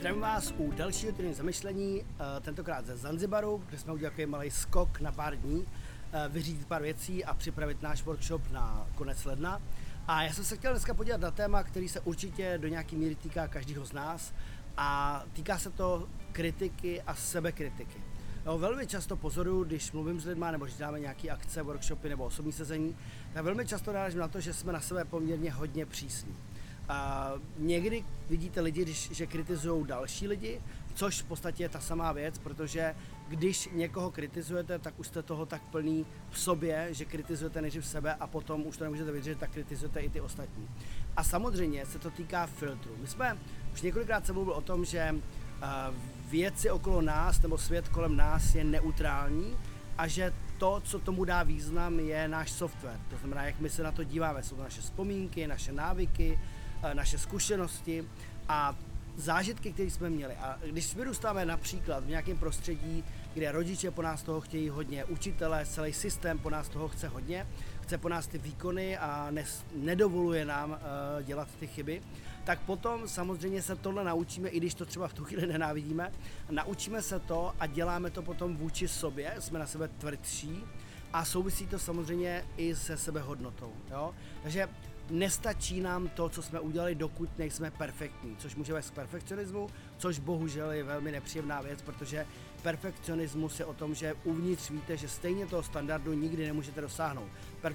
Zdravím vás u dalšího týdenního zamyšlení, tentokrát ze Zanzibaru, kde jsme udělali takový malý skok na pár dní, vyřídit pár věcí a připravit náš workshop na konec ledna. A já jsem se chtěl dneska podívat na téma, který se určitě do nějaký míry týká každého z nás a týká se to kritiky a sebekritiky. Jo, velmi často pozoruju, když mluvím s lidmi nebo když děláme nějaké akce, workshopy nebo osobní sezení, tak velmi často narážím na to, že jsme na sebe poměrně hodně přísní. A někdy vidíte lidi, že kritizují další lidi, což v podstatě je ta samá věc, protože když někoho kritizujete, tak už jste toho tak plný v sobě, že kritizujete nejdřív sebe a potom už to nemůžete vydržet, tak kritizujete i ty ostatní. A samozřejmě se to týká filtru. My jsme už několikrát se mluvili o tom, že věci okolo nás nebo svět kolem nás je neutrální a že to, co tomu dá význam, je náš software. To znamená, jak my se na to díváme. Jsou to naše vzpomínky, naše návyky, naše zkušenosti a zážitky, které jsme měli. A když vyrůstáme například v nějakém prostředí, kde rodiče po nás toho chtějí hodně, učitelé, celý systém po nás toho chce hodně, chce po nás ty výkony a nedovoluje nám dělat ty chyby, tak potom samozřejmě se tohle naučíme, i když to třeba v tu chvíli nenávidíme. Naučíme se to a děláme to potom vůči sobě, jsme na sebe tvrdší a souvisí to samozřejmě i se sebehodnotou. Jo? Takže nestačí nám to, co jsme udělali, dokud nejsme perfektní, což může vést k perfekcionismu, což bohužel je velmi nepříjemná věc, protože perfekcionismus je o tom, že uvnitř víte, že stejně toho standardu nikdy nemůžete dosáhnout.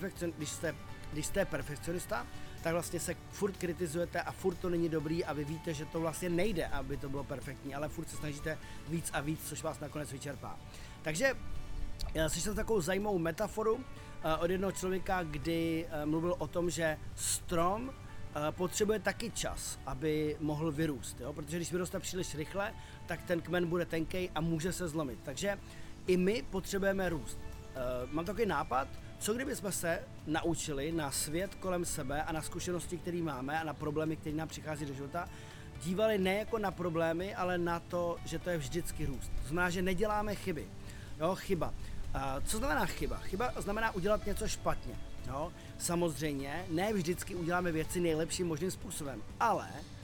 Když jste perfekcionista, tak vlastně se furt kritizujete a furt to není dobrý a vy víte, že to vlastně nejde, aby to bylo perfektní, ale furt se snažíte víc a víc, což vás nakonec vyčerpá. Takže já slyšel takovou zajímavou metaforu od jednoho člověka, kdy mluvil o tom, že strom potřebuje taky čas, aby mohl vyrůst, jo? Protože když vyroste příliš rychle, tak ten kmen bude tenkej a může se zlomit. Takže i my potřebujeme růst. Mám takový nápad, co kdyby jsme se naučili na svět kolem sebe a na zkušenosti, které máme a na problémy, které nám přichází do života, dívali ne jako na problémy, ale na to, že to je vždycky růst. To znamená, že neděláme chyby. Jo, chyba. Co znamená chyba? Chyba znamená udělat něco špatně. Jo? Samozřejmě ne vždycky uděláme věci nejlepším možným způsobem, ale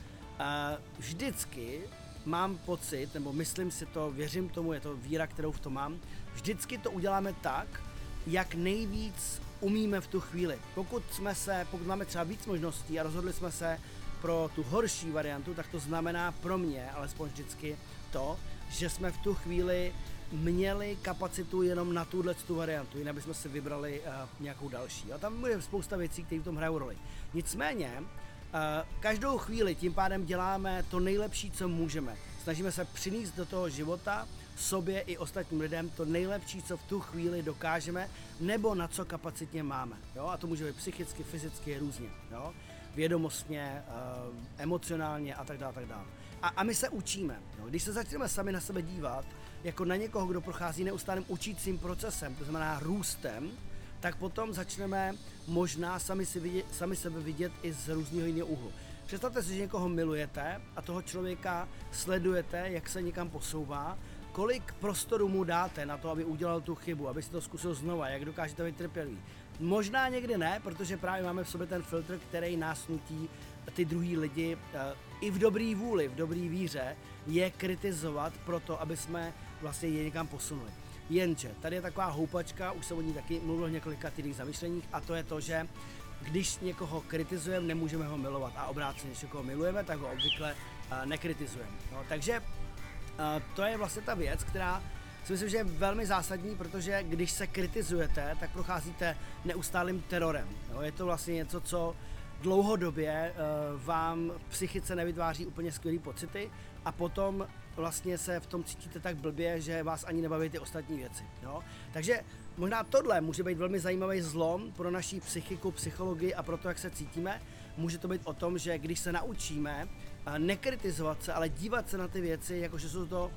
vždycky mám pocit, nebo myslím si to, věřím tomu, je to víra, kterou v tom mám, vždycky to uděláme tak, jak nejvíc umíme v tu chvíli. Pokud máme třeba víc možností a rozhodli jsme se pro tu horší variantu, tak to znamená pro mě, alespoň vždycky to, že jsme v tu chvíli měli kapacitu jenom na tu variantu, jinak bychom si vybrali nějakou další. A tam bude spousta věcí, které v tom hrajou roli. Nicméně, každou chvíli tím pádem děláme to nejlepší, co můžeme. Snažíme se přinést do toho života sobě i ostatním lidem to nejlepší, co v tu chvíli dokážeme, nebo na co kapacitně máme. Jo? A to může být psychicky, fyzicky, různě. Jo? Vědomostně, emocionálně a tak dále. A my se učíme. Jo? Když se začneme sami na sebe dívat, jako na někoho, kdo prochází neustálým učícím procesem, to znamená růstem, tak potom začneme možná sami sebe vidět i z různého jiného úhlu. Představte si, že někoho milujete a toho člověka sledujete, jak se někam posouvá, kolik prostoru mu dáte na to, aby udělal tu chybu, aby si to zkusil znova, jak dokážete být trpělivý. Možná někdy ne, protože právě máme v sobě ten filtr, který nás nutí ty druhý lidi i v dobrý vůli, v dobrý víře je kritizovat proto, aby jsme vlastně je někam posunuli. Jenže tady je taková houpačka, už jsem o ní taky mluvil v několika týdných zamyšleních, a to je to, že když někoho kritizujeme, nemůžeme ho milovat a obráceně, když někoho milujeme, tak ho obvykle nekritizujeme. No, takže to je vlastně ta věc, která si myslím, že je velmi zásadní, protože když se kritizujete, tak procházíte neustálým terorem. Jo? Je to vlastně něco, co dlouhodobě vám v psychice nevytváří úplně skvělý pocity a potom vlastně se v tom cítíte tak blbě, že vás ani nebaví ty ostatní věci. Jo? Takže možná tohle může být velmi zajímavý zlom pro naši psychiku, psychologii a pro to, jak se cítíme. Může to být o tom, že když se naučíme nekritizovat se, ale dívat se na ty věci, jakože jsou to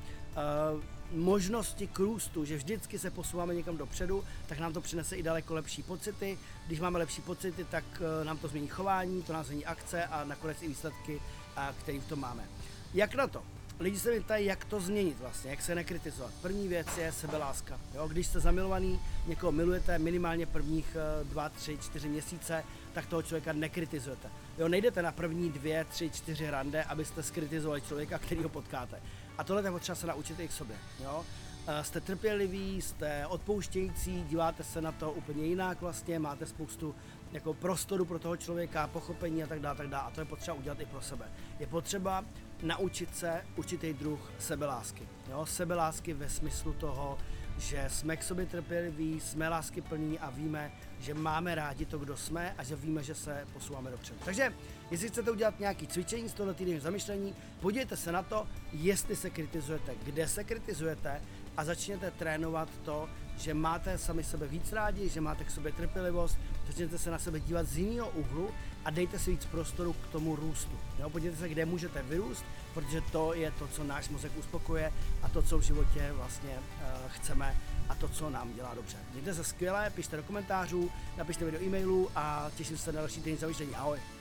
možnosti k růstu, že vždycky se posouváme někam dopředu, tak nám to přinese i daleko lepší pocity. Když máme lepší pocity, tak nám to změní chování, to nám změní akce a nakonec i výsledky, které v tom máme. Jak na to? Lidi se mě ptají, jak to změnit vlastně, jak se nekritizovat. První věc je sebeláska. Jo? Když jste zamilovaný, někoho milujete minimálně prvních 2, 3, 4 měsíce, tak toho člověka nekritizujete. Jo, nejdete na první 2, 3, 4 rande, abyste skritizovali člověka, kterýho potkáte. A tohle je potřeba se naučit i k sobě. Jo? Jste trpěliví, jste odpouštějící, díváte se na to úplně jinak vlastně, máte spoustu jako prostoru pro toho člověka, pochopení a tak dále, a to je potřeba udělat i pro sebe. Je potřeba naučit se určitý druh sebelásky. Jo? Sebelásky ve smyslu toho, že jsme k sobě trpěliví, jsme láskyplní a víme, že máme rádi to, kdo jsme a že víme, že se posouváme dopředu. Takže, jestli chcete udělat nějaké cvičení z tohoto týdenního zamyšlení, podívejte se na to, jestli se kritizujete, kde se kritizujete a začněte trénovat to, že máte sami sebe víc rádi, že máte k sobě trpělivost, začněte se na sebe dívat z jiného úhlu a dejte si víc prostoru k tomu růstu. Jo, podívejte se, kde můžete vyrůst, protože to je to, co náš mozek uspokuje a to, co v životě vlastně chceme a to, co nám dělá dobře. Mějte se skvěle, pište do komentářů, napište mi do e-mailu a těším se na další týden zamýšlení. Ahoj!